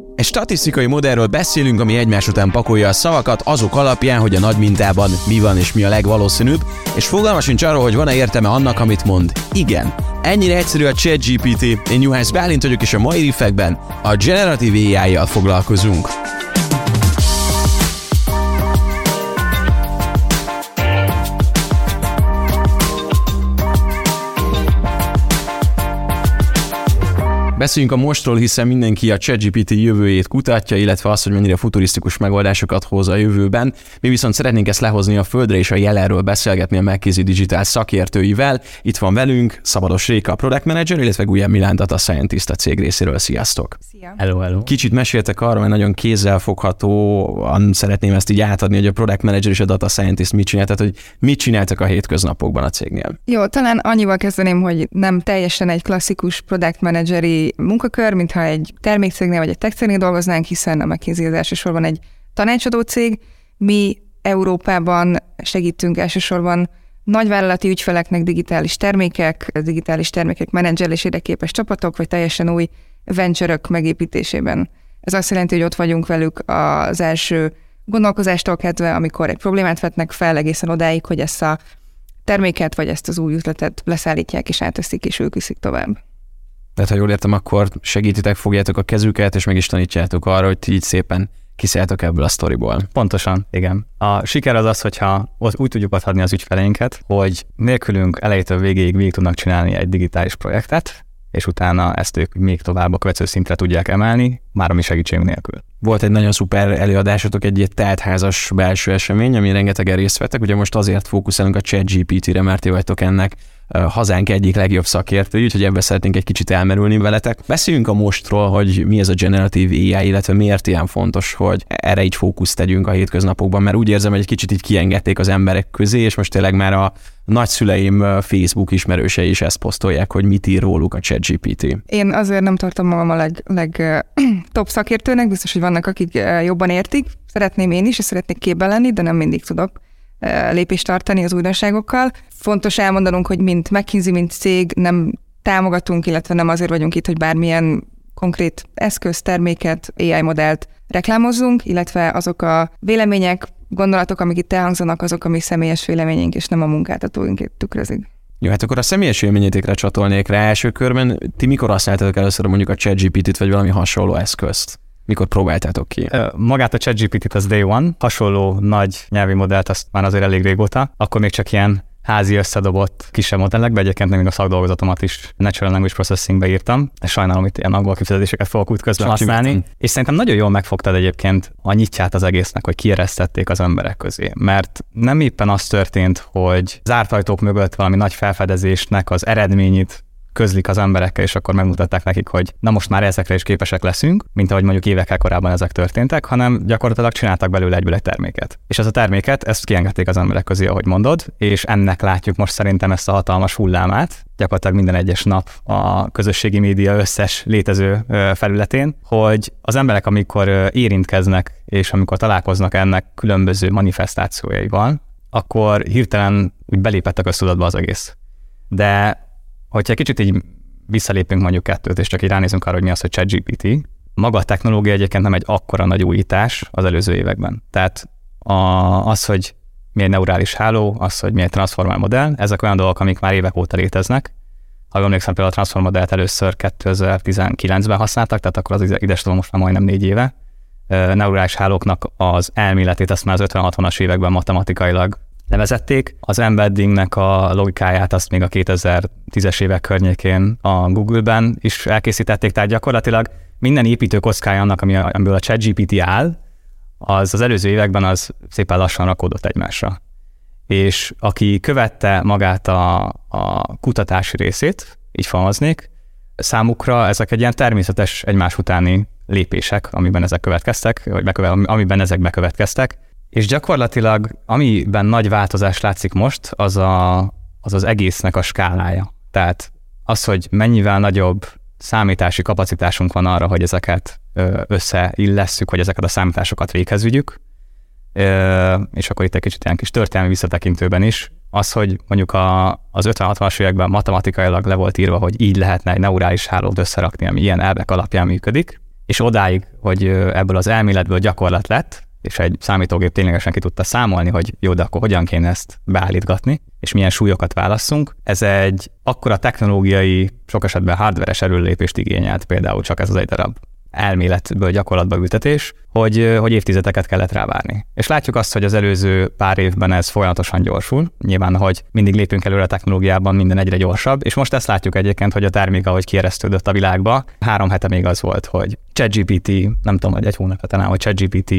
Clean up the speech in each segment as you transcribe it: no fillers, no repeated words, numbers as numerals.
Egy statisztikai modellről beszélünk, ami egymás után pakolja a szavakat azok alapján, hogy a nagy mintában mi van és mi a legvalószínűbb, és fogalma sincs arról, hogy van-e értelme annak, amit mond. Igen. Ennyire egyszerű a ChatGPT. Én Juhász Bálint vagyok, és a mai riffekben a generatív AI-jal foglalkozunk. Beszéljünk a mostról, hiszen mindenki a ChatGPT jövőjét kutatja, illetve azt, hogy mennyire futurisztikus megoldásokat hoz a jövőben. Mi viszont szeretnénk ezt lehozni a földre és a jelenről beszélgetni a McKinsey Digital szakértőivel. Itt van velünk Szabados Réka, a Product Manager, illetve Gulyán Milán, Data Scientist a cég részéről. Sziasztok! Szia! Hello! Kicsit meséltek arra, mert nagyon kézzelfoghatóan szeretném ezt így átadni, hogy a Product Manager és a Data Scientist mit csinál, tehát hogy mit csináltak a hétköznapokban a cégnél. Jó, talán annyival kezdeném, hogy nem teljesen egy klasszikus Product Manageri munkakör, mintha egy termékcégnél vagy egy tech cégnél dolgoznánk, hiszen a McKinsey az elsősorban egy tanácsadó cég. Mi Európában segítünk elsősorban nagyvállalati ügyfeleknek digitális termékek menedzselésére képes csapatok, vagy teljesen új venture-ök megépítésében. Ez azt jelenti, hogy ott vagyunk velük az első gondolkozástól kezdve, amikor egy problémát vetnek fel, egészen odáig, hogy ezt a terméket vagy ezt az új üzletet leszállítják és átteszik, és ők viszik tovább. Tehát, ha jól értem, akkor segítitek, fogjátok a kezüket, és meg is tanítjátok arra, hogy ti így szépen kiszálltok ebből a sztoriból. Pontosan, igen. A siker az, hogyha úgy tudjuk adni az ügyfeleinket, hogy nélkülünk elejétől végig tudnak csinálni egy digitális projektet, és utána ezt ők még tovább a következő szintre tudják emelni, már a mi segítségünk nélkül. Volt egy nagyon szuper előadásotok, egy teltházas belső esemény, ami rengetegen részt vettek. Ugye most azért fókuszálunk a ChatGPT-re, mert ti vagytok ennek hazánk egyik legjobb szakértői, úgyhogy ebben szeretnénk egy kicsit elmerülni veletek. Beszéljünk a mostról, hogy mi ez a generatív AI, illetve miért ilyen fontos, hogy erre így fókuszt tegyünk a hétköznapokban, mert úgy érzem, hogy egy kicsit így kiengedték az emberek közé, és most tényleg már a nagyszüleim Facebook ismerősei is ezt posztolják, hogy mit ír róluk a ChatGPT. Én azért nem tartom magam a top szakértőnek, biztos, hogy vannak, akik jobban értik. Szeretném én is, és szeretnék képben lenni, de nem mindig tudok lépést tartani az újdonságokkal. Fontos elmondanunk, hogy mint McKinsey, mint cég nem támogatunk, illetve nem azért vagyunk itt, hogy bármilyen konkrét eszköz, terméket, AI modellt reklámozzunk, illetve azok a vélemények, gondolatok, amik itt elhangzanak, azok a mi személyes véleményünk, és nem a munkáltatóink tükrözik. Jó, hát akkor a személyes élményetekre csatolnék rá első körben. Ti mikor használtatok először mondjuk a ChatGPT-t, vagy valami hasonló eszközt? Mikor próbáltátok ki? Magát a ChatGPT-t az day one, hasonló nagy nyelvi modellt azt már azért elég régóta, akkor még csak ilyen házi összedobott kisebb modellekbe, egyébként még a szakdolgozatomat is Natural Language Processingbe írtam, de sajnálom, itt ilyen angol kifejezéseket fogok útközben használni, és szerintem nagyon jól megfogtad egyébként a nyitját az egésznek, hogy kieresztették az emberek közé, mert nem éppen az történt, hogy zárt ajtók mögött valami nagy felfedezésnek az eredményét közlik az emberekkel, és akkor megmutatták nekik, hogy na most már ezekre is képesek leszünk, mint ahogy mondjuk évekkel korábban ezek történtek, hanem gyakorlatilag csináltak belőle egyből egy terméket. És ez a terméket, ezt kiengedték az emberek közé, ahogy mondod, és ennek látjuk most szerintem ezt a hatalmas hullámát, gyakorlatilag minden egyes nap a közösségi média összes létező felületén, hogy az emberek, amikor érintkeznek, és amikor találkoznak ennek különböző manifestációjaival, akkor hirtelen úgy belépett a köztudatba az egész. De hogyha egy kicsit így visszalépünk mondjuk kettőt, és csak így ránézünk arra, hogy mi az, hogy ChatGPT, maga a technológia egyébként nem egy akkora nagy újítás az előző években. Tehát az, hogy mi egy neurális háló, az, hogy mi egy transformer modell, ezek olyan dolgok, amik már évek óta léteznek. Ha emlékszem, például a transformer modellt először 2019-ben használtak, tehát akkor az idestől most már majdnem 4 éve. Neurális hálóknak az elméletét azt már az 50-60-as években matematikailag levezették. Az embeddingnek a logikáját azt még a 2010-es évek környékén a Google-ben is elkészítették, tehát gyakorlatilag minden építőkockája annak, amiből a ChatGPT áll, az előző években az szépen lassan rakódott egymásra. És aki követte magát a kutatási részét, így fogalmaznék, számukra ezek egy ilyen természetes egymás utáni lépések, amiben ezek következtek, vagy amiben ezek bekövetkeztek. És gyakorlatilag, amiben nagy változás látszik most, az egésznek a skálája. Tehát az, hogy mennyivel nagyobb számítási kapacitásunk van arra, hogy ezeket összeillesszük, hogy ezeket a számításokat véghez vigyük, és akkor itt egy kicsit ilyen kis történelmi visszatekintőben is, az, hogy mondjuk az 50-60-as években matematikailag le volt írva, hogy így lehetne egy neurális hálót összerakni, ami ilyen elvek alapján működik, és odáig, hogy ebből az elméletből gyakorlat lett, és egy számítógép ténylegesen ki tudta számolni, hogy jó, de akkor hogyan kéne ezt beállítgatni, és milyen súlyokat válasszunk. Ez egy akkora technológiai, sok esetben hardveres erőlépést igényelt, például csak ez az egy darab elméletből gyakorlatba ültetés, hogy évtizedeket kellett rávárni. És látjuk azt, hogy az előző pár évben ez folyamatosan gyorsul. Nyilván, hogy mindig lépünk előre a technológiában, minden egyre gyorsabb, és most ezt látjuk egyébként, hogy a termék, ahogy kieresztődött a világba, 3 hete még az volt, hogy ChatGPT, nem tudom, hogy egy hónapja talán, hogy ChatGPT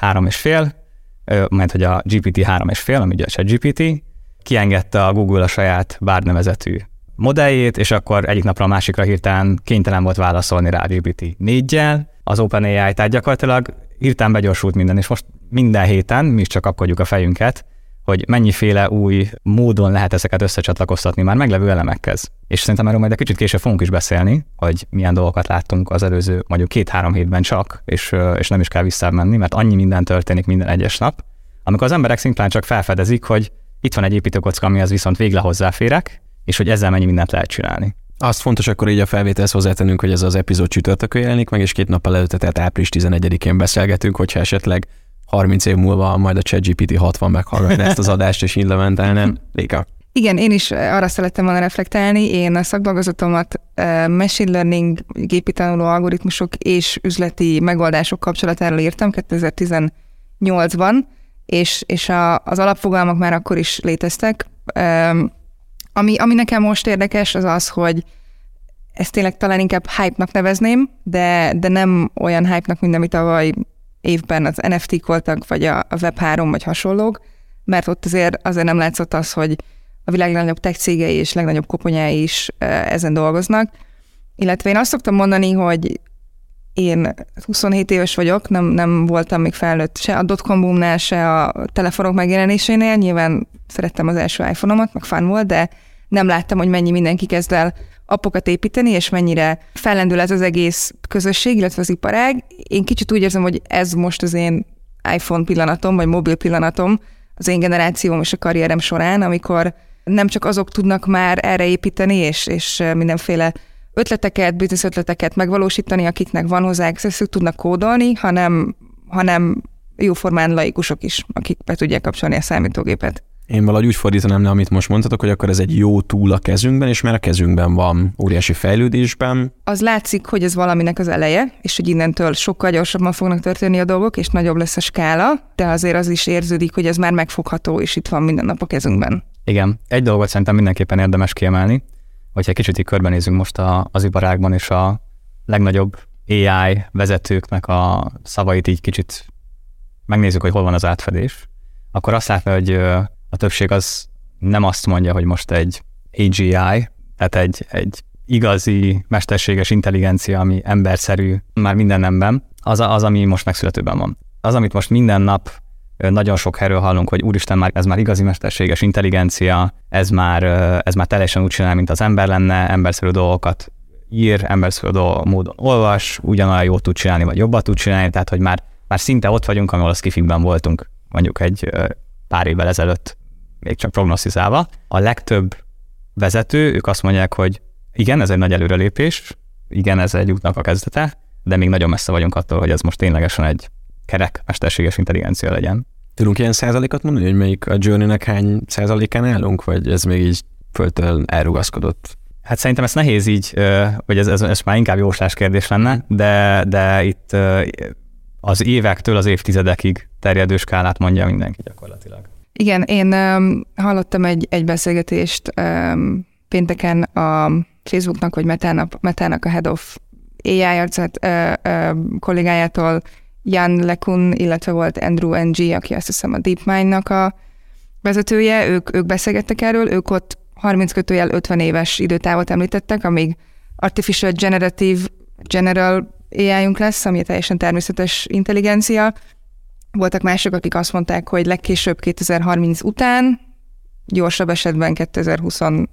3,5, mert hogy a GPT 3,5, ami ugye a ChatGPT, kiengedte a Google a saját Bard nevezetű modelljét, és akkor egyik napra a másikra hirtelen kénytelen volt válaszolni rá GPT 4-jel, az OpenAI, tehát gyakorlatilag hirtelen begyorsult minden, és most minden héten mi is csak kapkodjuk a fejünket, hogy mennyiféle új módon lehet ezeket összecsatlakoztatni már meglevő elemekhez. És szerintem erről majd egy kicsit később fogunk is beszélni, hogy milyen dolgokat láttunk az előző mondjuk 2-3 hétben csak, és nem is kell visszamenni, mert annyi minden történik minden egyes nap, amikor az emberek szintén csak felfedezik, hogy itt van egy építőkocka, amihez viszont végre hozzáférek, és hogy ezzel mennyi mindent lehet csinálni. Azt fontos akkor így a felvételhez hozzátennünk, hogy ez az epizód csütörtökön jelenik meg, és 2 nappal előtte, tehát április 11-én beszélgetünk, hogyha esetleg 30 év múlva majd a ChatGPT 60 meghallgatná ezt az adást, és implementálná. Léka. Igen, én is arra szerettem volna reflektálni. Én a szakdolgozatomat machine learning, gépi tanuló algoritmusok és üzleti megoldások kapcsolatáról írtam 2018-ban, és az alapfogalmak már akkor is léteztek. Ami nekem most érdekes, az az, hogy ezt tényleg talán inkább hype-nak nevezném, de nem olyan hype-nak, mint amit tavaly évben az NFT-k voltak, vagy a Web3, vagy hasonlók, mert ott azért nem látszott az, hogy a világ legnagyobb tech cégei és legnagyobb koponyái is ezen dolgoznak. Illetve én azt szoktam mondani, hogy én 27 éves vagyok, nem voltam még felnőtt se a dotcom boomnál, se a telefonok megjelenésénél. Nyilván szerettem az első iPhone-omat, meg fun volt, de nem láttam, hogy mennyi mindenki kezd el appokat építeni, és mennyire fellendül ez az egész közösség, illetve az iparág. Én kicsit úgy érzem, hogy ez most az én iPhone pillanatom, vagy mobil pillanatom az én generációm és a karrierem során, amikor nem csak azok tudnak már erre építeni, és mindenféle ötleteket, biznisz ötleteket megvalósítani, akiknek van hozzá accessük, tudnak kódolni, hanem jóformán laikusok is, akik be tudják kapcsolni a számítógépet. Én valahogy úgy fordítanám le, amit most mondtatok, hogy akkor ez egy jó túl a kezünkben, és már a kezünkben van óriási fejlődésben. Az látszik, hogy ez valaminek az eleje, és hogy innentől sokkal gyorsabban fognak történni a dolgok, és nagyobb lesz a skála, de azért az is érződik, hogy ez már megfogható, és itt van minden nap a kezünkben. Igen, egy dolgot szerintem mindenképpen érdemes kiemelni, hogyha kicsit így körbenézünk most az iparágban, és a legnagyobb AI vezetőknek a szavait így kicsit megnézzük, hogy hol van az átfedés, akkor azt látni, hogy a többség az nem azt mondja, hogy most egy AGI, tehát egy igazi mesterséges intelligencia, ami emberszerű már minden nemben, az, ami most megszületőben van. Az, amit most minden nap nagyon sok helyről hallunk, hogy úristen, ez már igazi mesterséges intelligencia, ez már teljesen úgy csinál, mint az ember lenne, emberszerű dolgokat ír, emberszerű módon olvas, ugyanolyan jót tud csinálni, vagy jobban tud csinálni, tehát hogy már szinte ott vagyunk, ahol a sci-fikben voltunk, mondjuk egy pár évvel ezelőtt, még csak prognosztizálva. A legtöbb vezető, ők azt mondják, hogy igen, ez egy nagy előrelépés, igen, ez egy útnak a kezdete, de még nagyon messze vagyunk attól, hogy ez most ténylegesen egy kerek mesterséges intelligencia legyen. Tudunk ilyen százalékot mondani, hogy melyik a Journey-nek hány százalékán állunk, vagy ez még így föltől elrugaszkodott? Hát szerintem ez nehéz így, hogy ez már inkább jóslás kérdés lenne, de itt az évektől az évtizedekig terjedő skálát mondja mindenki gyakorlatilag. Igen, én hallottam egy beszélgetést pénteken a Facebooknak, vagy Metának a Head of AI arcát kollégájától, Jan LeCun, illetve volt Andrew Ng, aki azt hiszem a DeepMind-nak a vezetője, ők beszélgettek erről, ők ott 30-50 éves időtávot említettek, amíg Artificial Generative General AI-unk lesz, ami teljesen természetes intelligencia. Voltak mások, akik azt mondták, hogy legkésőbb 2030 után, gyorsabb esetben 2028-9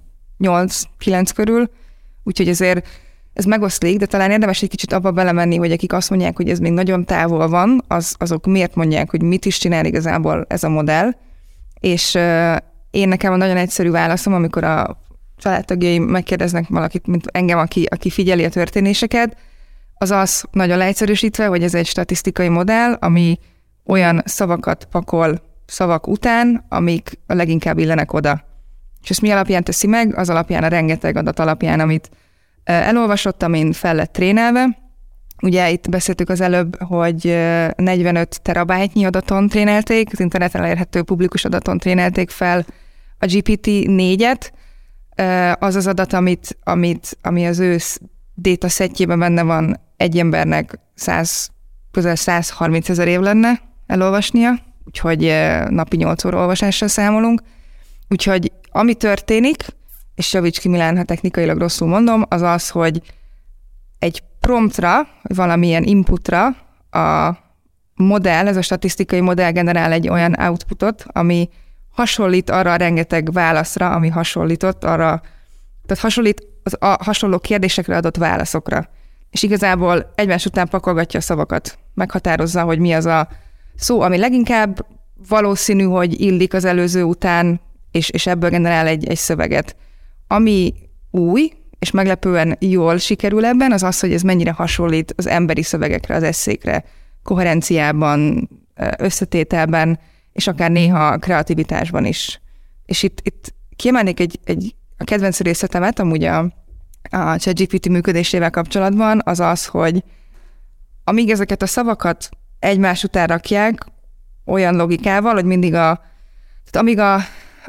körül, úgyhogy azért ez megoszlik, de talán érdemes egy kicsit abba belemenni, hogy akik azt mondják, hogy ez még nagyon távol van, azok miért mondják, hogy mit is csinál igazából ez a modell. És én nekem a nagyon egyszerű válaszom, amikor a családtagjaim megkérdeznek valakit, mint engem, aki figyeli a történéseket, az nagyon leegyszerűsítve, hogy ez egy statisztikai modell, ami olyan szavakat pakol szavak után, amik a leginkább illenek oda. És ezt mi alapján teszi meg? Az alapján, a rengeteg adat alapján, amit elolvasott, amin fel lett trénelve. Ugye itt beszéltük az előbb, hogy 45 terabájtnyi adaton trénelték, az interneten elérhető publikus adaton trénelték fel a GPT-4-et. Az az adat, ami az ő datasetjében benne van, egy embernek közel 130 000 év lenne elolvasnia, úgyhogy napi 8 óra olvasással számolunk. Úgyhogy ami történik, és javíts ki Milán, ha technikailag rosszul mondom, az az, hogy egy promptra, valamilyen inputra a modell, ez a statisztikai modell generál egy olyan outputot, ami hasonlít arra a rengeteg válaszra, ami hasonlított arra, tehát hasonlít a hasonló kérdésekre adott válaszokra. És igazából egymás után pakolgatja a szavakat, meghatározza, hogy mi az a szó, ami leginkább valószínű, hogy illik az előző után, és ebből generál egy szöveget. Ami új, és meglepően jól sikerül ebben, az az, hogy ez mennyire hasonlít az emberi szövegekre, az esszékre, koherenciában, összetételben, és akár néha kreativitásban is. És itt kiemelnék a kedvenc részletemet, amúgy a ChatGPT működésével kapcsolatban, az az, hogy amíg ezeket a szavakat egymás után rakják, olyan logikával, hogy mindig amíg a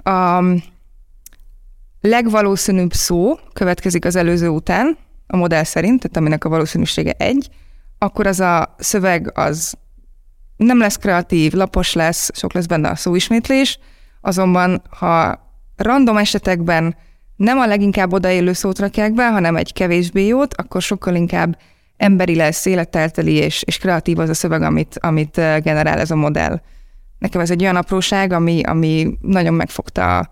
legvalószínűbb szó következik az előző után, a modell szerint, tehát aminek a valószínűsége 1, akkor az a szöveg az nem lesz kreatív, lapos lesz, sok lesz benne a szóismétlés, azonban ha random esetekben nem a leginkább odaillő szót rakják be, hanem egy kevésbé jót, akkor sokkal inkább emberi lesz, élettelteli és kreatív az a szöveg, amit generál ez a modell. Nekem ez egy olyan apróság, ami nagyon megfogta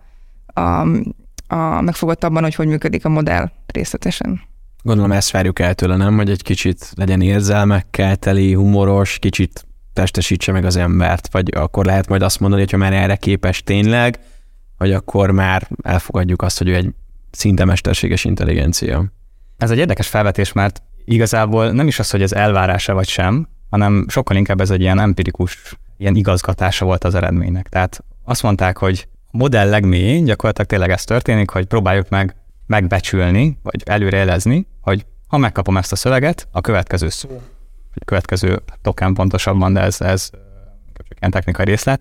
megfogott abban, hogy működik a modell részletesen. Gondolom ezt várjuk el tőle, nem? Hogy egy kicsit legyen érzelmekkel teli, humoros, kicsit testesítse meg az embert, vagy akkor lehet majd azt mondani, hogyha már erre képes tényleg, hogy akkor már elfogadjuk azt, hogy ő egy szinte mesterséges intelligencia. Ez egy érdekes felvetés, mert igazából nem is az, hogy ez elvárása vagy sem, hanem sokkal inkább ez egy ilyen empirikus, ilyen igazgatása volt az eredménynek. Tehát azt mondták, hogy a modell legmélyén gyakorlatilag tényleg ez történik, hogy próbáljuk meg megbecsülni, vagy előrejelezni, hogy ha megkapom ezt a szöveget, a következő szó, vagy a következő token pontosabban, de ez csak ilyen technikai részlet,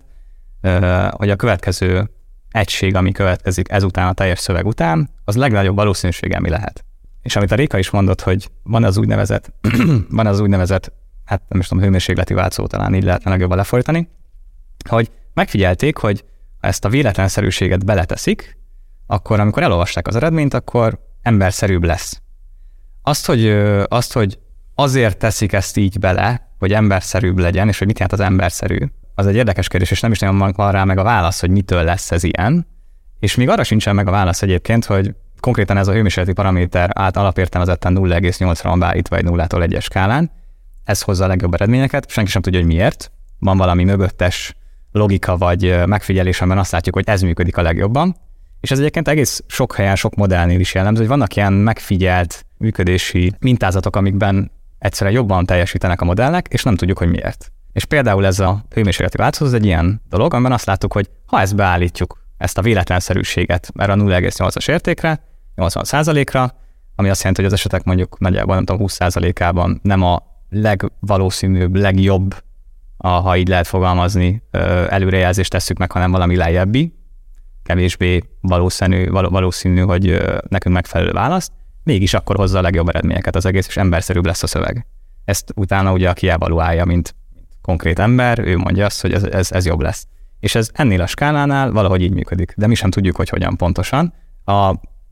hogy a következő egység, ami következik ezután a teljes szöveg után, az legnagyobb valószínűséggel mi lehet. És amit a Réka is mondott, hogy van az úgynevezett, hát nem is tudom, hőmérsékleti változó, talán így lehetne legjobban lefordítani, hogy megfigyelték, hogy ha ezt a véletlenszerűséget beleteszik, akkor amikor elolvasták az eredményt, akkor emberszerűbb lesz. Azt, hogy azért teszik ezt így bele, hogy emberszerűbb legyen, és hogy mit jelent az emberszerű, az egy érdekes kérdés, és nem is nagyon van rá meg a válasz, hogy mitől lesz ez ilyen. És még arra sincsen meg a válasz egyébként, hogy konkrétan ez a hőmérsékleti paraméter alapértelmezetten 0,8-ra van beállítva egy 0-tól 1-es skálán. Ez hozza a legjobb eredményeket, senki sem tudja, hogy miért. Van valami mögöttes logika vagy megfigyelés, amiben azt látjuk, hogy ez működik a legjobban. És ez egyébként egész sok helyen, sok modellnél is jellemző, hogy vannak ilyen megfigyelt működési mintázatok, amikben egyszerűen jobban teljesítenek a modellek, és nem tudjuk, hogy miért. És például ez a hőmérsékleti változó, ez egy ilyen dolog, amiben azt láttuk, hogy ha ezt beállítjuk, ezt a véletlenszerűséget erre a 0,8-as értékre, 80%-ra, ami azt jelenti, hogy az esetek mondjuk nagyjából nem tudom 20%-ában nem a legvalószínűbb, legjobb, ha így lehet fogalmazni, előrejelzést tesszük meg, hanem valami lejjebbi, kevésbé valószínű, hogy nekünk megfelelő választ, mégis akkor hozza a legjobb eredményeket az egész, és emberszerűbb lesz a szöveg. Ezt utána ugye aki evaluálja, mint konkrét ember, ő mondja azt, hogy ez jobb lesz. És ez ennél a skálánál valahogy így működik, de mi sem tudjuk, hogy hogyan pontosan. A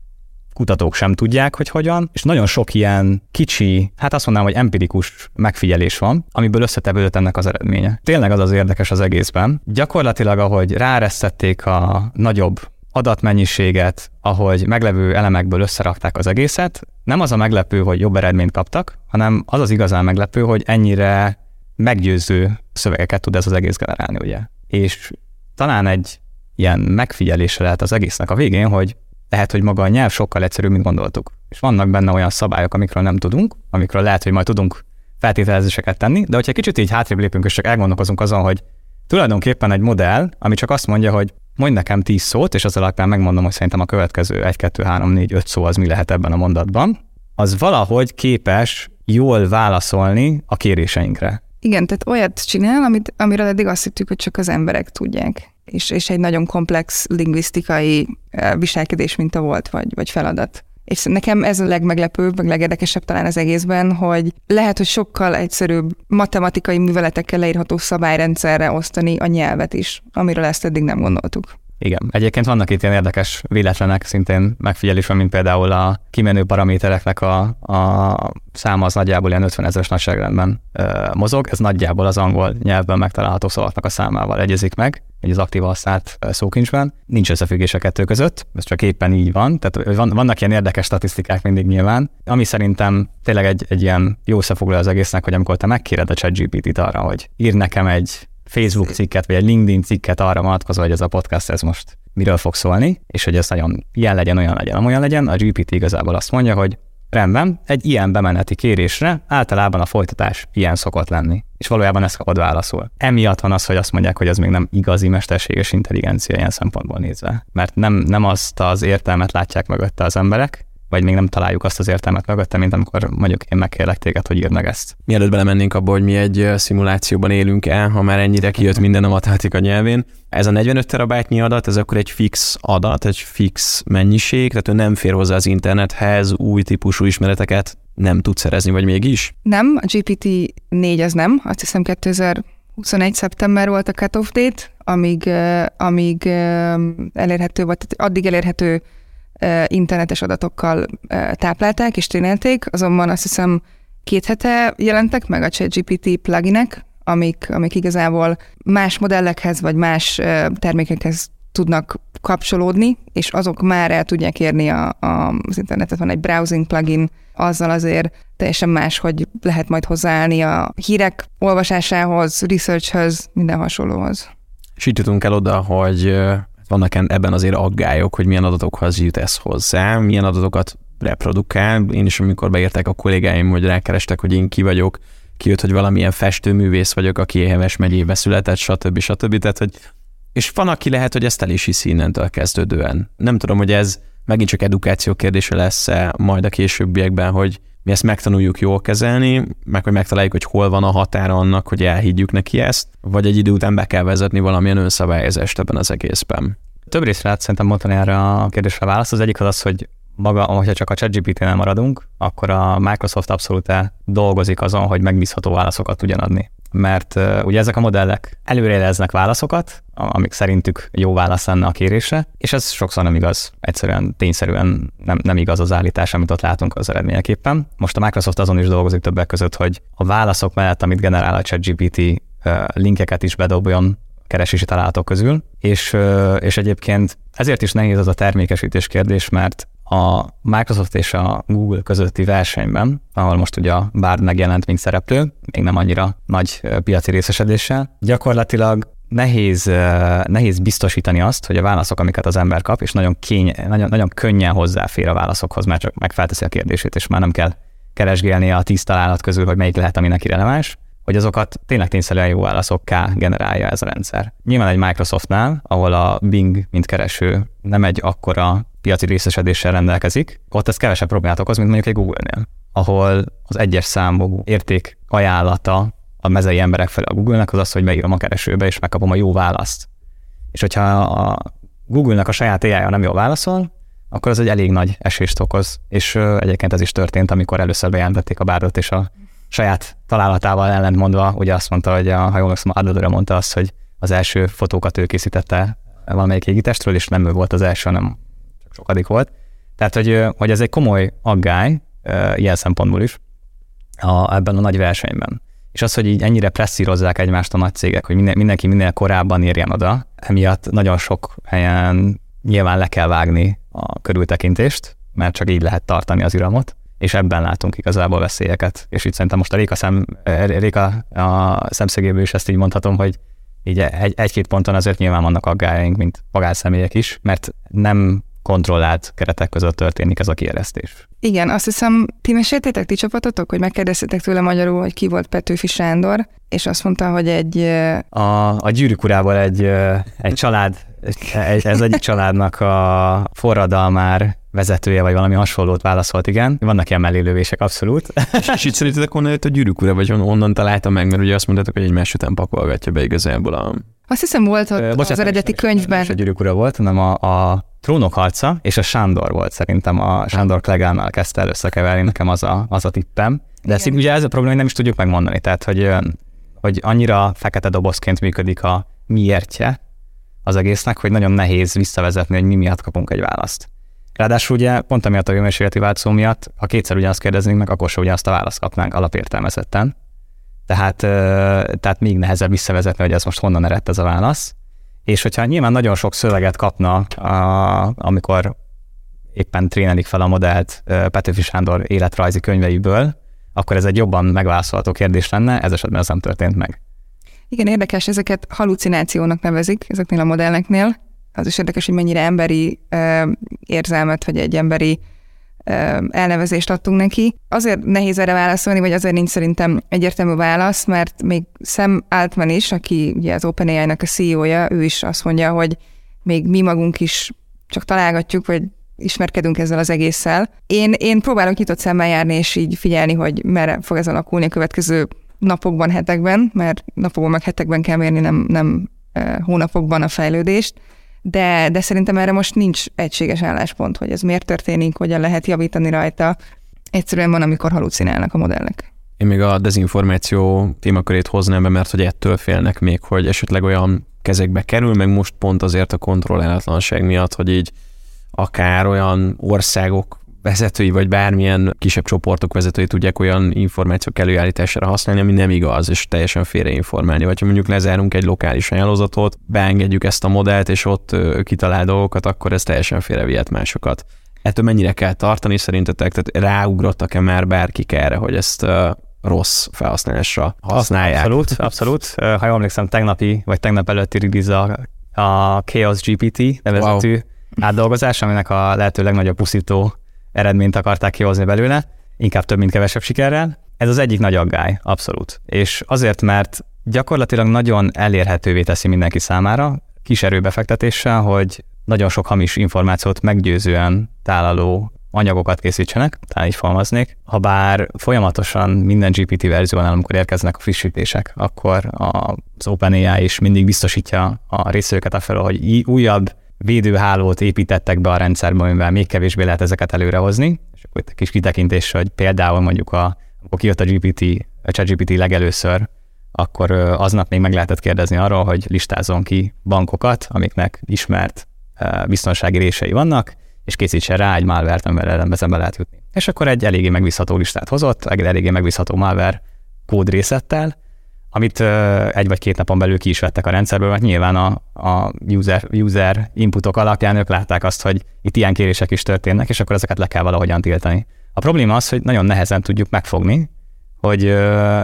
kutatók sem tudják, hogy hogyan, és nagyon sok ilyen kicsi, hát azt mondanám, hogy empirikus megfigyelés van, amiből összetevődött ennek az eredménye. Tényleg az érdekes az egészben. Gyakorlatilag, ahogy ráeresztették a nagyobb adatmennyiséget, ahogy meglevő elemekből összerakták az egészet, nem az a meglepő, hogy jobb eredményt kaptak, hanem az az igazán meglepő, hogy ennyire meggyőző szövegeket tud ez az egész generálni, ugye. És talán egy ilyen megfigyelése lehet az egésznek a végén, hogy lehet, hogy maga a nyelv sokkal egyszerűbb, mint gondoltuk. és vannak benne olyan szabályok, amikről nem tudunk, amikről lehet, hogy majd tudunk feltételezéseket tenni, de hogyha kicsit így hátrébb lépünk, és csak elgondolkozunk azon, hogy tulajdonképpen egy modell, ami csak azt mondja, hogy mondj nekem 10 szót, és az alapján megmondom, hogy szerintem a következő 1, 2, 3, 4, 5 szó az mi lehet ebben a mondatban, az valahogy képes jól válaszolni a kéréseinkre. Igen, tehát olyat csinál, amiről eddig azt hittük, hogy csak az emberek tudják. És egy nagyon komplex lingvisztikai viselkedés minta volt, vagy feladat. És nekem ez a legmeglepőbb, meg legérdekesebb talán az egészben, hogy lehet, hogy sokkal egyszerűbb matematikai műveletekkel leírható szabályrendszerre osztani a nyelvet is, amiről ezt eddig nem gondoltuk. Igen. Egyébként vannak itt ilyen érdekes véletlenek, szintén megfigyelésben, mint például a kimenő paramétereknek a száma az nagyjából ilyen 50 000-es nagyságrendben mozog. Ez nagyjából az angol nyelvben megtalálható szavaknak a számával egyezik meg, vagy az aktív használt szókincsben. Nincs összefüggés a kettő között, ez csak éppen így van. Tehát vannak ilyen érdekes statisztikák mindig nyilván, ami szerintem tényleg egy ilyen jó összefoglaló az egésznek, hogy amikor te megkéred a ChatGPT-t arra, hogy ír nekem egy Facebook cikket, vagy egy LinkedIn cikket arra vonatkozó, hogy ez a podcast ez most miről fog szólni, és hogy ez nagyon ilyen legyen, olyan legyen, amolyan legyen, a GPT igazából azt mondja, hogy rendben, egy ilyen bemeneti kérésre általában a folytatás ilyen szokott lenni. És valójában ezt kapod válaszul. Emiatt van az, hogy azt mondják, hogy ez még nem igazi mesterséges intelligencia ilyen szempontból nézve. Mert nem azt az értelmet látják mögötte az emberek, vagy még nem találjuk azt az értelmet mögötte, mint amikor mondjuk én megkérlek téged, hogy írd meg ezt. Mielőtt belemennénk abba, hogy mi egy szimulációban élünk el, ha már ennyire kijött minden a matematika nyelvén, ez a 45 terabájtnyi adat, ez akkor egy fix adat, egy fix mennyiség, tehát ő nem fér hozzá az internethez, új típusú ismereteket nem tud szerezni, vagy mégis? Nem, a GPT-4 az nem, azt hiszem 2021. szeptember volt a cut-off date, amíg elérhető, vagy addig elérhető internetes adatokkal táplálták és trénelték, azonban azt hiszem 2 hete jelentek meg a ChatGPT pluginek, amik igazából más modellekhez vagy más termékekhez tudnak kapcsolódni, és azok már el tudják érni az internetet. Van egy browsing plugin, azzal azért teljesen más, hogy lehet majd hozzáállni a hírek olvasásához, researchhöz, minden hasonlóhoz. És így jutunk el oda, hogy vannak ebben azért aggályok, hogy milyen adatokhoz jut ez hozzá, milyen adatokat reprodukál. Én is, amikor beértek a kollégáim, hogy rákerestek, hogy én ki vagyok, kijött, hogy valamilyen festőművész vagyok, aki Éheves megyébe született, stb. Tehát, hogy és van, aki lehet, hogy ezt el is hiszi innentől kezdődően. Nem tudom, hogy ez megint csak edukáció kérdése lesz-e majd a későbbiekben, hogy mi ezt megtanuljuk jól kezelni, meg hogy megtaláljuk, hogy hol van a határa annak, hogy elhiggyük neki ezt, vagy egy idő után be kell vezetni valamilyen önszabályozást ebben az egészben. Több részre lehet szerintem mondani erre a kérdésre választ. Az egyik az, hogy maga, hogyha csak a ChatGPT-nél maradunk, akkor a Microsoft abszolút dolgozik azon, hogy megbízható válaszokat tudjon adni. Mert ugye ezek a modellek előrejeleznek válaszokat, amik szerintük jó válasz lenne a kérésre, és ez sokszor nem igaz. Egyszerűen, tényszerűen nem igaz az állítás, amit ott látunk az eredményeképpen. Most a Microsoft azon is dolgozik többek között, hogy a válaszok mellett, amit generál a ChatGPT, linkeket is bedobjon keresési találatok közül, és egyébként ezért is nehéz az a termékesítés kérdés, mert a Microsoft és a Google közötti versenyben, ahol most ugye a Bard megjelent, mint szereplő, még nem annyira nagy piaci részesedéssel, gyakorlatilag nehéz biztosítani azt, hogy a válaszok, amiket az ember kap, és nagyon könnyen hozzáfér a válaszokhoz, mert csak megfelteszi a kérdését, és már nem kell keresgélni a 10 találat közül, hogy melyik lehet, ami neki releváns, hogy azokat tényleg tényszerűen jó válaszokká generálja ez a rendszer. Nyilván egy Microsoftnál, ahol a Bing, mint kereső nem egy akkora piaci részesedéssel rendelkezik, ott ez kevesebb problémát okoz, mint mondjuk egy Google-nél, ahol az egyes számú érték ajánlata a mezei emberek felé a Google-nek az az, hogy beírom a keresőbe, és megkapom a jó választ. És hogyha a Google-nek a saját AI-ja nem jól válaszol, akkor az egy elég nagy esést okoz. És egyébként ez is történt, amikor először bejelentették a Bardot, és a saját találatával ellentmondva, ugye azt mondta, hogy ha jól emlékszem, Adobe mondta azt, hogy az első fotókat ő készítette valamelyik égitestről, és nem ő volt az első, hanem csak sokadik volt. Tehát, hogy ez egy komoly aggály ilyen szempontból is ebben a nagy versenyben. És az, hogy így ennyire presszírozzák egymást a nagy cégek, hogy mindenki minél korábban érjen oda, emiatt nagyon sok helyen nyilván le kell vágni a körültekintést, mert csak így lehet tartani az iramot, és ebben látunk igazából veszélyeket. És itt szerintem most a Réka a szemszögéből is ezt így mondhatom, hogy így egy-két ponton azért nyilván vannak aggályaink, mint magánszemélyek is, mert nem kontrollált keretek között történik ez a kieresztés. Igen, azt hiszem, ti meséltétek, ti csapatotok, hogy megkérdeztétek tőle magyarul, hogy ki volt Petőfi Sándor, és azt mondta, hogy A Gyűrűk urából egy család, ez egyik családnak a forradalmár vezetője, vagy valami hasonlót válaszolt, igen. Vannak ilyen mellélövések, abszolút. És itt szerintetek honnan jött a Gyűrűk ura, vagy onnan találta meg, mert ugye azt mondtátok, hogy egymás után pakolgatja be igazából a... Azt hiszem volt ott az eredeti könyvben. És a Gyűrűk ura volt, hanem a Trónok harca, és a Sándor volt szerintem. A Sándor Klegánnal kezdte el összekeverni, nekem az a tippem. De ugye ez a probléma, hogy nem is tudjuk megmondani. Tehát, hogy annyira fekete dobozként működik a miértje az egésznek, hogy nagyon nehéz visszavezetni, hogy mi miatt kapunk egy választ. Ráadásul ugye pont amiatt a hőmérsékleti változó miatt, ha kétszer ugyanazt kérdeznénk meg, akkor se ugyanazt a választ kapnánk alapértelmezetten. Tehát még nehezebb visszavezetni, hogy ez most honnan eredt ez a válasz. És hogyha nyilván nagyon sok szöveget kapna, amikor éppen trénelik fel a modellt Petőfi Sándor életrajzi könyveiből, akkor ez egy jobban megválaszolható kérdés lenne, ez esetben ez nem történt meg. Igen, érdekes, ezeket halucinációnak nevezik, ezeknél a modelleknél. Az is érdekes, hogy mennyire emberi érzelmet, vagy egy emberi elnevezést adtunk neki. Azért nehéz erre válaszolni, vagy azért nincs szerintem egyértelmű válasz, mert még Sam Altman is, aki ugye az OpenAI-nak a CEO-ja, ő is azt mondja, hogy még mi magunk is csak találgatjuk, vagy ismerkedünk ezzel az egésszel. Én próbálok nyitott szemmel járni, és így figyelni, hogy merre fog ez alakulni a következő napokban, hetekben, mert napokban meg hetekben kell mérni, nem hónapokban a fejlődést. De szerintem erre most nincs egységes álláspont, hogy ez miért történik, hogyan lehet javítani rajta. Egyszerűen van, amikor halucinálnak a modellek. Én még a dezinformáció témakörét hoznám be, mert hogy ettől félnek még, hogy esetleg olyan kezekbe kerül, meg most pont azért a kontrollálatlanság miatt, hogy így akár olyan országok vezetői, vagy bármilyen kisebb csoportok vezetői tudják olyan információk előállítására használni, ami nem igaz, és teljesen félreinformálni. Vagy ha mondjuk lezárunk egy lokális ajánlózatot, beengedjük ezt a modellt, és ott kitalál dolgokat, akkor ez teljesen félrevihet másokat. Ettől mennyire kell tartani szerintetek? Tehát ráugrottak-e már bárkik erre, hogy ezt rossz felhasználásra használják? Abszolút. Ha jól emlékszem, tegnapi vagy tegnap előtti release a Chaos GPT nevezetű átdolgozás, aminek a lehető legnagyobb pusztító eredményt akarták kihozni belőle, inkább több, mint kevesebb sikerrel. Ez az egyik nagy aggály, abszolút. És azért, mert gyakorlatilag nagyon elérhetővé teszi mindenki számára, kis erőbefektetéssel, hogy nagyon sok hamis információt meggyőzően tálaló anyagokat készítsenek, talán így fogalmaznék. Habár folyamatosan minden GPT verziónál, amikor érkeznek a frissítések, akkor az OpenAI is mindig biztosítja a részvevőket afelől, hogy újabb védőhálót építettek be a rendszerbe, amivel még kevésbé lehet ezeket előrehozni. És akkor itt egy kis kitekintés, hogy például mondjuk amikor kijött a ChatGPT legelőször, akkor aznap még meg lehetett kérdezni arról, hogy listázzon ki bankokat, amiknek ismert biztonsági rései vannak, és készítsen rá egy malware-t, amivel ellenbe lehet jutni. És akkor egy eléggé megbízható listát hozott, egy eléggé megbízható malware kódrészettel, amit egy vagy két napon belül ki is vettek a rendszerből, mert nyilván a user inputok alapján ők látták azt, hogy itt ilyen kérések is történnek, és akkor ezeket le kell valahogyan tiltani. A probléma az, hogy nagyon nehezen tudjuk megfogni, hogy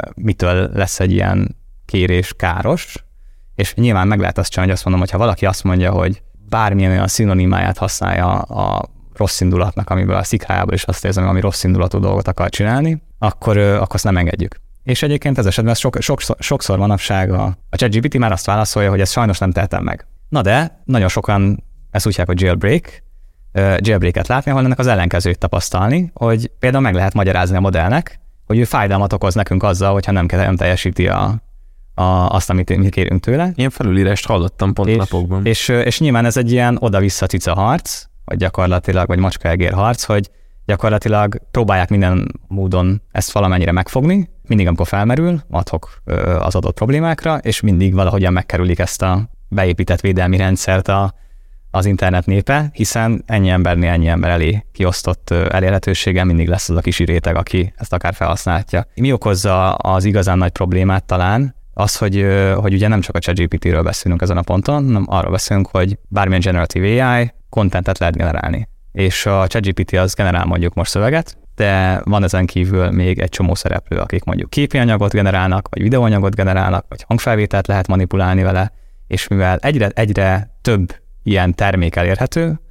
mitől lesz egy ilyen kérés káros, és nyilván meg lehet azt csinálni, hogy azt mondom, hogy ha valaki azt mondja, hogy bármilyen olyan szinonimáját használja a rossz indulatnak, amiből a szikrájából is azt érzem, ami rossz indulatú dolgot akar csinálni, akkor azt nem engedjük. És egyébként ez esetben sokszor manapság a ChatGPT már azt válaszolja, hogy ezt sajnos nem tehetem meg. Na de nagyon sokan ezt úgy hívják, hogy jailbreak-et látni, ahol ennek az ellenkezőt tapasztalni, hogy például meg lehet magyarázni a modellnek, hogy ő fájdalmat okoz nekünk azzal, hogyha nem teljesíti azt, amit mi kérünk tőle. Ilyen felülírást hallottam pont napokban. És nyilván ez egy ilyen oda-vissza cica harc, vagy gyakorlatilag, vagy macska-egér harc, hogy gyakorlatilag próbálják minden módon ezt valamennyire megfogni, mindig amikor felmerül adhok az adott problémákra, és mindig valahogyan megkerülik ezt a beépített védelmi rendszert az internet népe, hiszen ennyi ember elé kiosztott elérhetőséggel mindig lesz az a kis réteg, aki ezt akár felhasználhatja. Mi okozza az igazán nagy problémát talán? Az, hogy ugye nem csak a ChatGPT-ről beszélünk ezen a ponton, hanem arról beszélünk, hogy bármilyen generative AI contentet lehet generálni. És a ChatGPT az generál mondjuk most szöveget, de van ezen kívül még egy csomó szereplő, akik mondjuk képi anyagot generálnak, vagy videóanyagot generálnak, vagy hangfelvételt lehet manipulálni vele, és mivel egyre több ilyen termék elérhető,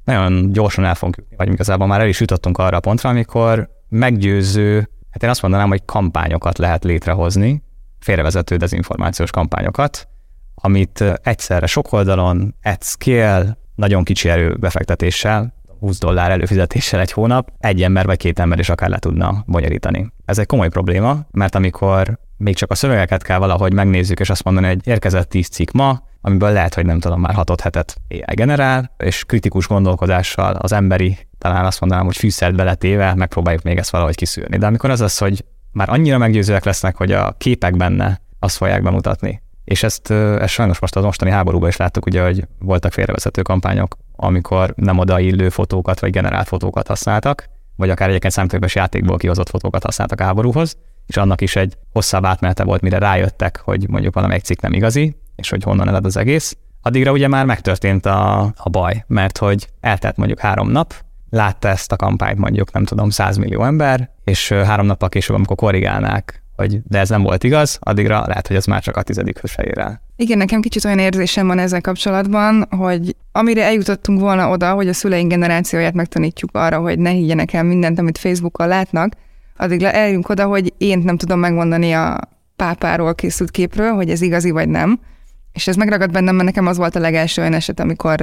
nagyon gyorsan el fogunk jutni, vagy igazából már el is jutottunk arra a pontra, amikor meggyőző, hát én azt mondanám, hogy kampányokat lehet létrehozni, félrevezető dezinformációs kampányokat, amit egyszerre sok oldalon, at scale, nagyon kicsi erőbefektetéssel, $20 előfizetéssel egy hónap, egy ember vagy két ember is akár le tudna bonyolítani. Ez egy komoly probléma, mert amikor még csak a szövegeket kell valahogy megnézzük, és azt mondani, hogy érkezett 10 cikk ma, amiből lehet, hogy nem tudom, már 6 hetet AI generál, és kritikus gondolkodással az emberi, talán azt mondanám, hogy fűszert beletéve megpróbáljuk még ezt valahogy kiszűrni. De amikor az az, hogy már annyira meggyőzőek lesznek, hogy a képek benne azt fogják bemutatni. És ezt sajnos most az mostani háborúban is láttuk, ugye, hogy voltak félrevezető kampányok, amikor nem odaillő fotókat vagy generált fotókat használtak, vagy akár egyébként számítógépes játékból kihozott fotókat használtak a háborúhoz, és annak is egy hosszabb átmenete volt, mire rájöttek, hogy mondjuk valamelyik cikk nem igazi, és hogy honnan ered az egész. Addigra ugye már megtörtént a baj, mert hogy eltelt mondjuk 3 nap, látta ezt a kampányt mondjuk, nem tudom, 100 millió ember, és 3 nappal később, amikor korrigálnák, hogy de ez nem volt igaz, addigra lehet, hogy ez már csak a 10-höz felér el. Igen, nekem kicsit olyan érzésem van ezzel kapcsolatban, hogy amire eljutottunk volna oda, hogy a szüleink generációját megtanítjuk arra, hogy ne higgyenek el mindent, amit Facebookon látnak, addigra eljünk oda, hogy én nem tudom megmondani a pápáról készült képről, hogy ez igazi vagy nem. És ez megragad bennem, mert nekem az volt a legelső olyan eset, amikor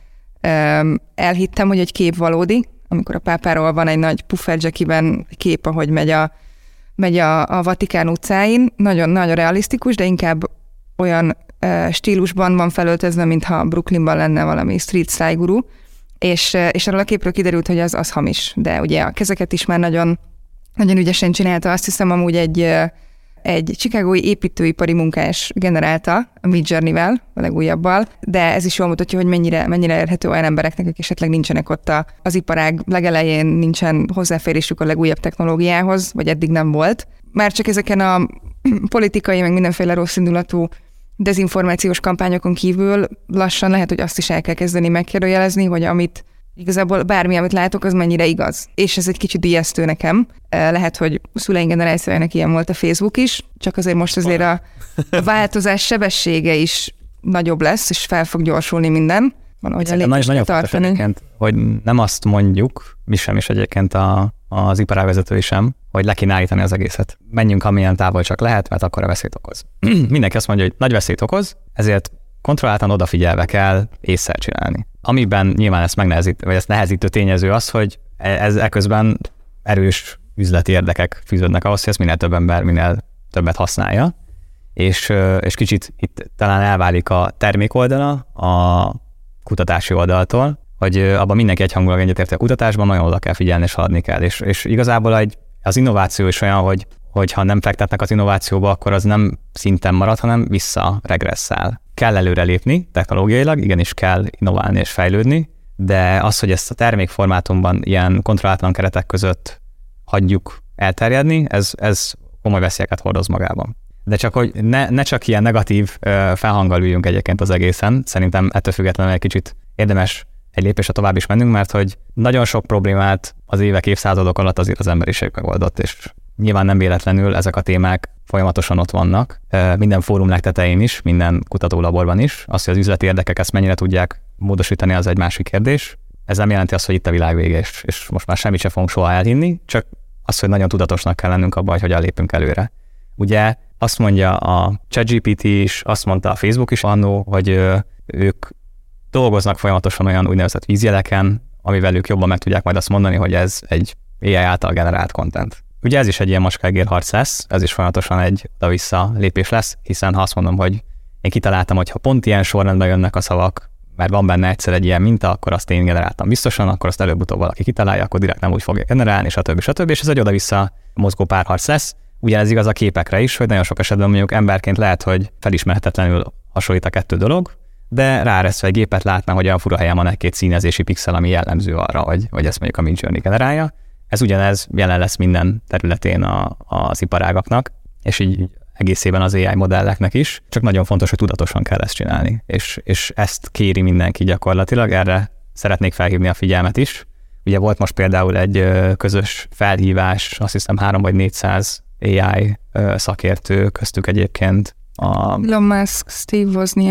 elhittem, hogy egy kép valódi, amikor a pápáról van egy nagy pufferjackiben kép, ahogy megy a Vatikán utcáin, nagyon-nagyon realisztikus, de inkább olyan stílusban van felöltözve, mintha Brooklynban lenne valami street style guru, és arról a képről kiderült, hogy az hamis. De ugye a kezeket is már nagyon, nagyon ügyesen csinálta, azt hiszem amúgy egy chicagói építőipari munkás generálta a Midjourney-vel, a legújabbal, de ez is jól mutatja, hogy mennyire érhető olyan embereknek, akik esetleg nincsenek ott az iparág legelején, nincsen hozzáférésük a legújabb technológiához, vagy eddig nem volt. Már csak ezeken a politikai, meg mindenféle rosszindulatú dezinformációs kampányokon kívül lassan lehet, hogy azt is el kell kezdeni megkérdőjelezni, hogy igazából bármi, amit látok, az mennyire igaz. És ez egy kicsit ijesztő nekem. Lehet, hogy a szüleink generációjának ilyen volt a Facebook is, csak azért most azért a változás sebessége is nagyobb lesz, és fel fog gyorsulni minden. Valahogy nagyon fontos egyébként, hogy nem azt mondjuk, mi sem is egyébként az iparágvezetői sem, hogy le kéne állítani az egészet. Menjünk amilyen távol csak lehet, mert akkor a veszélyt okoz. Mindenki azt mondja, hogy nagy veszélyt okoz, ezért kontrolláltan odafigyelve kell ésszel csinálni. Amiben nyilván ezt megnehezít, vagy ezt nehezítő tényező az, hogy ez eközben erős üzleti érdekek fűződnek ahhoz, hogy ezt minél több ember minél többet használja, és kicsit itt talán elválik a termék oldala a kutatási oldaltól, hogy abban mindenki egyhangulag egyetért, a kutatásban nagyon oda kell figyelni és haladni kell, és igazából az innováció is olyan, hogy ha nem fektetnek az innovációba, akkor az nem szinten marad, hanem visszaregresszál. Kell előrelépni technológiailag, igenis kell innoválni és fejlődni, de az, hogy ezt a termékformátumban ilyen kontrollálatlan keretek között hagyjuk elterjedni, ez komoly veszélyeket hordoz magában. De csak, hogy ne csak ilyen negatív felhanggal üljünk egyébként az egészen, szerintem ettől függetlenül egy kicsit érdemes egy lépésre tovább is mennünk, mert hogy nagyon sok problémát az évek, évszázadok alatt azért az emberiség megoldott, és nyilván nem véletlenül ezek a témák folyamatosan ott vannak, minden fórum legtetején is, minden kutatólaborban is. Az, hogy az üzleti érdekek ezt mennyire tudják módosítani, az egy másik kérdés. Ez nem jelenti azt, hogy itt a világ vége, és most már semmit sem fogunk soha elhinni, csak az, hogy nagyon tudatosnak kell lennünk abban, hogy hogyan lépünk előre. Ugye azt mondja a ChatGPT is, azt mondta a Facebook is annó, hogy ők dolgoznak folyamatosan olyan úgynevezett vízjeleken, amivel ők jobban meg tudják majd azt mondani, hogy ez egy AI által generált content. Ugye ez is egy ilyen macska-egér-harc lesz, ez is folyamatosan egy oda-vissza lépés lesz, hiszen ha azt mondom, hogy én kitaláltam, hogy ha pont ilyen sorrendben jönnek a szavak, mert van benne egyszer egy ilyen minta, akkor azt én generáltam biztosan, akkor azt előbb-utóbb valaki kitalálja, akkor direkt nem úgy fogja generálni, stb. És ez egy oda-vissza mozgó párharc lesz. Ugye ez igaz a képekre is, hogy nagyon sok esetben mondjuk emberként lehet, hogy felismerhetetlenül hasonlít a kettő dolog, de ráeresztve egy gépet látná, hogy olyan fura helyen van egy-két színezési pixel, ami jellemző arra, hogy ezt mondjuk a Midjourney generálja. Ez ugyanez jelen lesz minden területén az iparágaknak, és így egészében az AI modelleknek is, csak nagyon fontos, hogy tudatosan kell ezt csinálni, és ezt kéri mindenki gyakorlatilag, erre szeretnék felhívni a figyelmet is. Ugye volt most például egy közös felhívás, azt hiszem 300 vagy 400 AI szakértő, köztük egyébként Elon Musk, Steve Wozniak,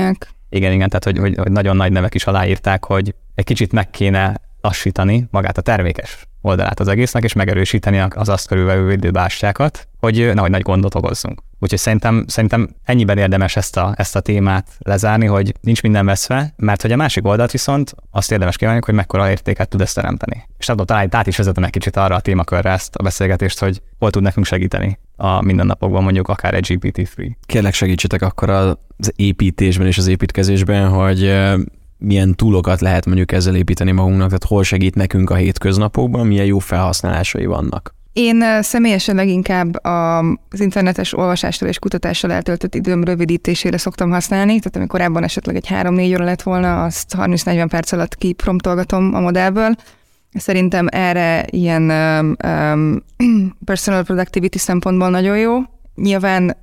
Igen, tehát hogy nagyon nagy nevek is aláírták, hogy egy kicsit meg kéne lassítani magát a termékes oldalát az egésznek, és megerősíteni az azt körülvevő bástyákat, hogy nehogy nagy gondot okozzunk. Úgyhogy szerintem ennyiben érdemes ezt a témát lezárni, hogy nincs minden veszve, mert hogy a másik oldalt viszont azt érdemes kívánni, hogy mekkora értéket tud ezt teremteni. És talán át is vezetem egy kicsit arra a témakörre ezt a beszélgetést, hogy hol tud nekünk segíteni a mindennapokban, mondjuk akár egy GPT-3. Kérlek segítsetek akkor az építésben és az építkezésben, hogy milyen túlokat lehet mondjuk ezzel építeni magunknak, tehát hol segít nekünk a hétköznapokban, milyen jó felhasználásai vannak. Én személyesen leginkább az internetes olvasástól és kutatással eltöltött időm rövidítésére szoktam használni, tehát amikor korábban esetleg egy 3-4 óra lett volna, azt 30-40 perc alatt kipromptolgatom a modellből. Szerintem erre ilyen personal productivity szempontból nagyon jó. Nyilván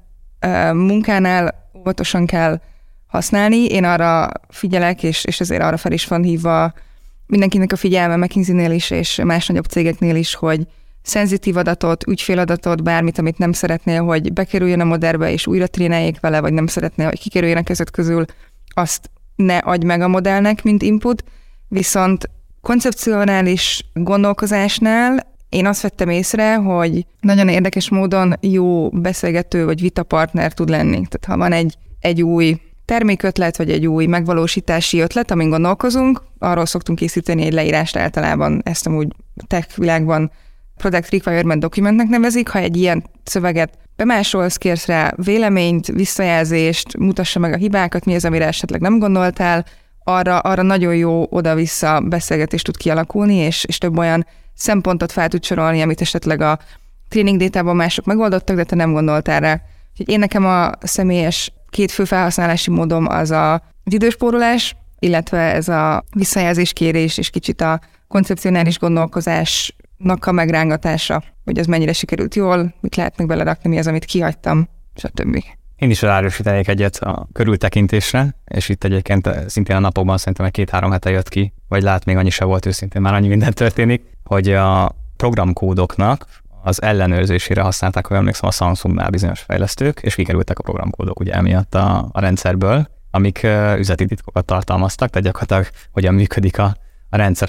munkánál óvatosan kell használni. Én arra figyelek, és ezért arra fel is van hívva mindenkinek a figyelme, McKinsey-nél is, és más nagyobb cégeknél is, hogy szenzitív adatot, ügyféladatot, bármit, amit nem szeretnél, hogy bekerüljön a modellbe, és újra tréneljék vele, vagy nem szeretnél, hogy kikerüljön a kezed közül, azt ne adj meg a modellnek, mint input. Viszont koncepcionális gondolkozásnál én azt vettem észre, hogy nagyon érdekes módon jó beszélgető vagy vitapartner tud lenni. Tehát ha van egy új termékötlet, vagy egy új megvalósítási ötlet, amin gondolkozunk, arról szoktunk készíteni egy leírást általában, ezt amúgy tech világban Product Requirement Documentnek nevezik, ha egy ilyen szöveget bemásolsz, kérsz rá véleményt, visszajelzést, mutassa meg a hibákat, mi az, amire esetleg nem gondoltál, arra nagyon jó oda-vissza beszélgetés tud kialakulni, és több olyan szempontot fel tud sorolni, amit esetleg a training datában mások megoldottak, de te nem gondoltál rá. Úgyhogy én nekem a személyes 2 fő felhasználási módom az az időspórolás, illetve ez a visszajelzéskérés és kicsit a koncepcionális gondolkozásnak a megrángatása, hogy az mennyire sikerült jól, mit lehet meg belerakni, mi az, amit kihagytam, stb. Én is ráerősítenék egyet a körültekintésre, és itt egyébként szintén a napokban szerintem egy 2-3 hete jött ki, vagy lát még annyi se volt őszintén, már annyi minden történik, hogy a programkódoknak az ellenőrzésére használták, hogy emlékszem, a Samsungnál bizonyos fejlesztők, és kikerültek a programkódok ugye emiatt a rendszerből, amik üzleti titkokat tartalmaztak, tehát gyakorlatilag hogyan működik a rendszer,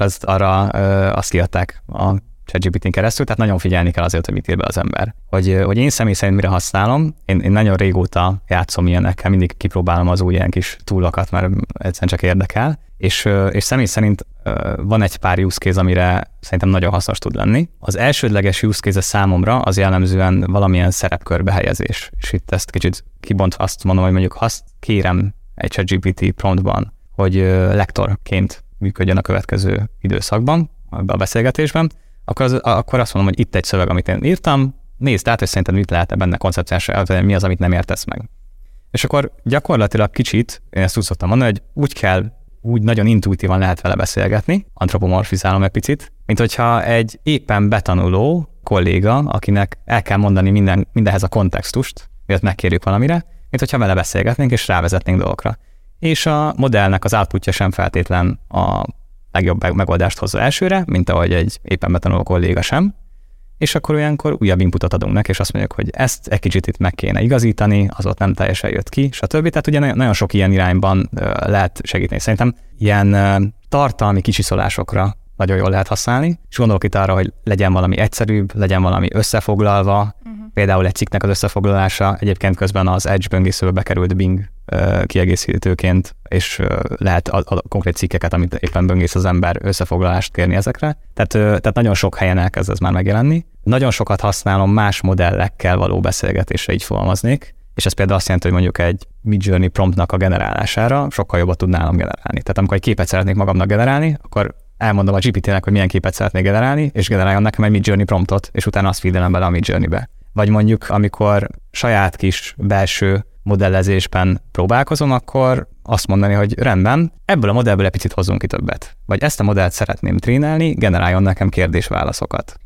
azt kiadták a ChatGPT-n keresztül, tehát nagyon figyelni kell azért, hogy mit ír be az ember. Hogy én személy szerint mire használom, én nagyon régóta játszom ilyenekkel, mindig kipróbálom az új ilyen kis túlokat, mert egyszerűen csak érdekel, és személy szerint van egy pár use case, amire szerintem nagyon hasznos tud lenni. Az elsődleges use case számomra az jellemzően valamilyen szerepkörbe helyezés, és itt ezt kicsit kibontva azt mondom, hogy mondjuk azt kérem egy ChatGPT promptban, hogy lektorként működjön a következő időszakban, a beszélgetésben, akkor azt mondom, hogy itt egy szöveg, amit én írtam, nézd át, és szerinted mit lehet benne koncepciálisan, mi az, amit nem értesz meg. És akkor gyakorlatilag kicsit, én ezt úgy szoktam mondani, hogy úgy nagyon intuitívan lehet vele beszélgetni, antropomorfizálom egy picit, mint hogyha egy éppen betanuló kolléga, akinek el kell mondani mindenhez a kontextust, miatt megkérjük valamire, mint hogyha vele beszélgetnénk és rávezetnénk dolgokra. És a modellnek az outputja sem feltétlen a legjobb megoldást hozza elsőre, mint ahogy egy éppen betanuló kolléga sem, és akkor olyankor újabb inputot adunk neki, és azt mondjuk, hogy ezt egy kicsit itt meg kéne igazítani, az ott nem teljesen jött ki, stb. Tehát ugye nagyon sok ilyen irányban lehet segíteni. Szerintem ilyen tartalmi kicsiszolásokra nagyon jól lehet használni, és gondolok itt arra, hogy legyen valami egyszerűbb, legyen valami összefoglalva, például egy cikknek az összefoglalása, egyébként közben az Edge böngészőbe bekerült Bing kiegészítőként, és lehet a konkrét cikkeket, amit éppen böngész az ember, összefoglalást kérni ezekre. Tehát nagyon sok helyen elkezd ez már megjelenni. Nagyon sokat használom más modellekkel való beszélgetésre, így fogalmaznék, és ez például azt jelenti, hogy mondjuk egy Midjourney promptnak a generálására sokkal jobban tud nálam generálni. Tehát amikor egy képet szeretnék magamnak generálni, akkor elmondom a GPT-nek, hogy milyen képet szeretnék generálni, és generáljon nekem egy Midjourney promptot, és utána azt feedelem bele a Midjourney-be. Vagy mondjuk, amikor saját kis belső modellezésben próbálkozom, akkor azt mondani, hogy rendben, ebből a modellből egy picit hozzunk ki többet. Vagy ezt a modellt szeretném trénálni, generáljon nekem kérdés-válaszokat.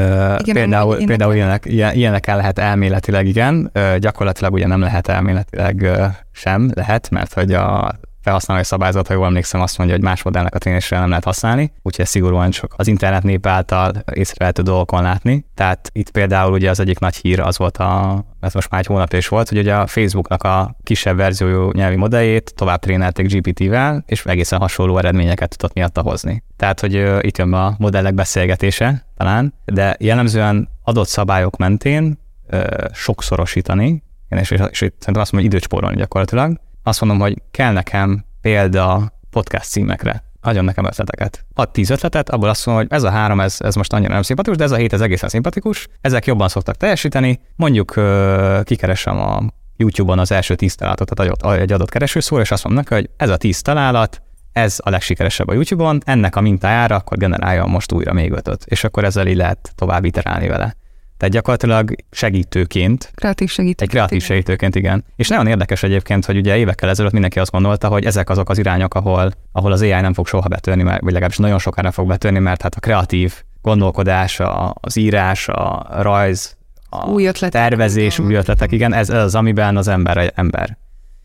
Például ilyenekkel lehet elméletileg, igen. Gyakorlatilag ugye nem lehet elméletileg sem, lehet, mert hogy a felhasználói szabályzat, ha jól emlékszem, azt mondja, hogy más modellnek a trénésre nem lehet használni, úgyhogy ez szigorúan csak az internet nép által észrevehető dolgokon látni. Tehát itt például ugye az egyik nagy hír az volt, ez most már egy hónapja is volt, hogy ugye a Facebooknak a kisebb verziójú nyelvi modelljét tovább trénelték GPT-vel, és egészen hasonló eredményeket tudott miatta hozni. Tehát, hogy itt jön a modellek beszélgetése talán, de jellemzően adott szabályok mentén sokszorosítani, és itt szerintem azt mondom, hogy időt spórolni gyakorlatilag. Azt mondom, hogy kell nekem példa podcast címekre. Adjon nekem ötleteket. Ad 10 ötletet, abból azt mondom, hogy ez a 3, ez most annyira nem szimpatikus, de ez a 7, ez egészen szimpatikus. Ezek jobban szoktak teljesíteni. Mondjuk kikeresem a YouTube-on az első 10 találatot egy adott keresőszóra, és azt mondom neki, hogy ez a 10 találat, ez a legsikeresebb a YouTube-on, ennek a mintájára akkor generálja most újra még 5-öt, és akkor ezzel így lehet tovább iterálni vele. Tehát gyakorlatilag segítőként. Kreatív segítőként, igen. És nagyon érdekes egyébként, hogy ugye évekkel ezelőtt mindenki azt gondolta, hogy ezek azok az irányok, ahol az AI nem fog soha betörni, vagy legalábbis nagyon sokára fog betörni, mert hát a kreatív gondolkodás, az írás, a rajz, a új ötletek, tervezés, új ötletek, igen, ez az, amiben az ember.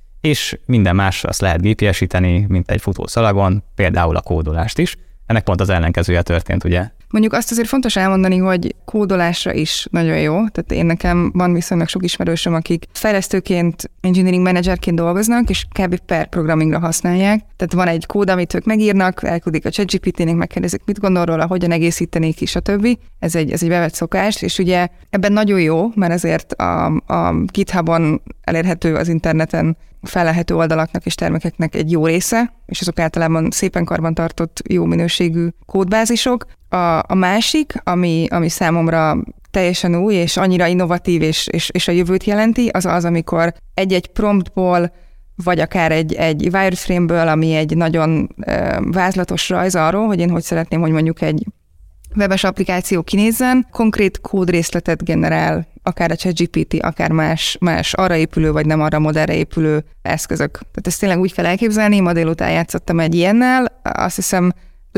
És minden más azt lehet GPS-íteni, mint egy futószalagon, például a kódolást is. Ennek pont az ellenkezője történt, ugye? Mondjuk azt azért fontos elmondani, hogy kódolásra is nagyon jó. Tehát én nekem van viszonylag sok ismerősöm, akik fejlesztőként, engineering managerként dolgoznak, és kb. Per programmingra használják. Tehát van egy kód, amit ők megírnak, elküldik a ChatGPT-nek, megkérdezik, mit gondol róla, hogyan egészítenék ki, stb. Ez egy bevett szokás, és ugye ebben nagyon jó, mert ezért a GitHubon elérhető az interneten felelhető oldalaknak és termékeknek egy jó része, és azok általában szépen karbantartott, jó minőségű kódbázisok. A másik, ami számomra teljesen új, és annyira innovatív, és a jövőt jelenti, az, amikor egy-egy promptból, vagy akár egy wireframe-ből, ami egy nagyon vázlatos rajz arról, hogy én hogy szeretném, hogy mondjuk egy webes applikáció kinézzen, konkrét kódrészletet generál, akár a ChatGPT, akár más arra épülő, vagy nem arra modellre épülő eszközök. Tehát ezt tényleg úgy kell elképzelni, ma délután játszottam egy ilyennel, azt hiszem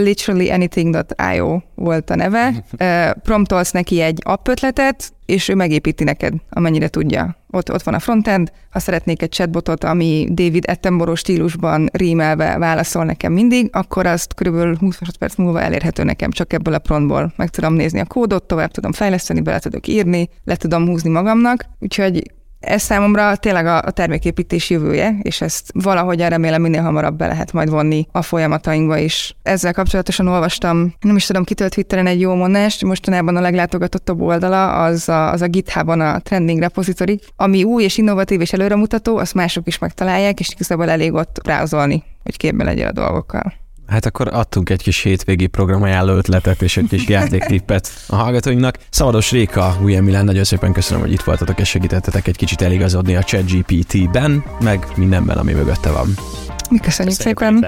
literallyanything.io volt a neve, promptolsz neki egy app ötletet, és ő megépíti neked, amennyire tudja. Ott van a frontend, ha szeretnék egy chatbotot, ami David Attenborough stílusban rímelve válaszol nekem mindig, akkor azt körülbelül 20 másodperc múlva elérhető nekem, csak ebből a promptból. Meg tudom nézni a kódot, tovább tudom fejleszteni, bele tudok írni, le tudom húzni magamnak, úgyhogy ez számomra tényleg a terméképítés jövője, és ezt valahogyan remélem minél hamarabb be lehet majd vonni a folyamatainkba is. Ezzel kapcsolatosan olvastam, nem is tudom, kitől Twitteren egy jó mondást, mostanában a leglátogatottabb oldala az a GitHubon a trending repository, ami új és innovatív és előremutató, azt mások is megtalálják, és igazából elég ott browsolni, hogy képbe legyél a dolgokkal. Hát akkor adtunk egy kis hétvégi programajánló ötletet és egy kis játéktippet a hallgatóinknak. Szabados Réka, Ujjel Milán, nagyon szépen köszönöm, hogy itt voltatok és segítettetek egy kicsit eligazodni a ChatGPT-ben, meg mindenben, ami mögötte van. Mi köszönjük szépen!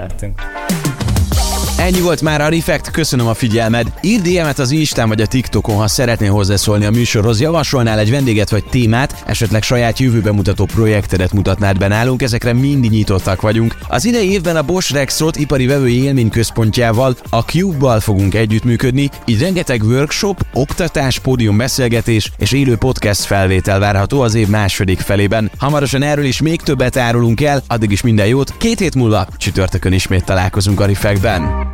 Ennyi volt már a Refekt, köszönöm a figyelmed. Írd DM-et az Instán vagy a TikTokon, ha szeretnél hozzászólni a műsorhoz, javasolnál egy vendéget vagy témát, esetleg saját jövőbe mutató projektedet mutatnád be nálunk, ezekre mindig nyitottak vagyunk. Az idei évben a Bosch Rexroth ipari vevői élményközpontjával, a Cube-bal fogunk együttműködni, így rengeteg workshop, oktatás, pódiumbeszélgetés és élő podcast felvétel várható az év második felében. Hamarosan erről is még többet árulunk el, addig is minden jót, 2 hét múlva csütörtökön ismét találkozunk a Refektben.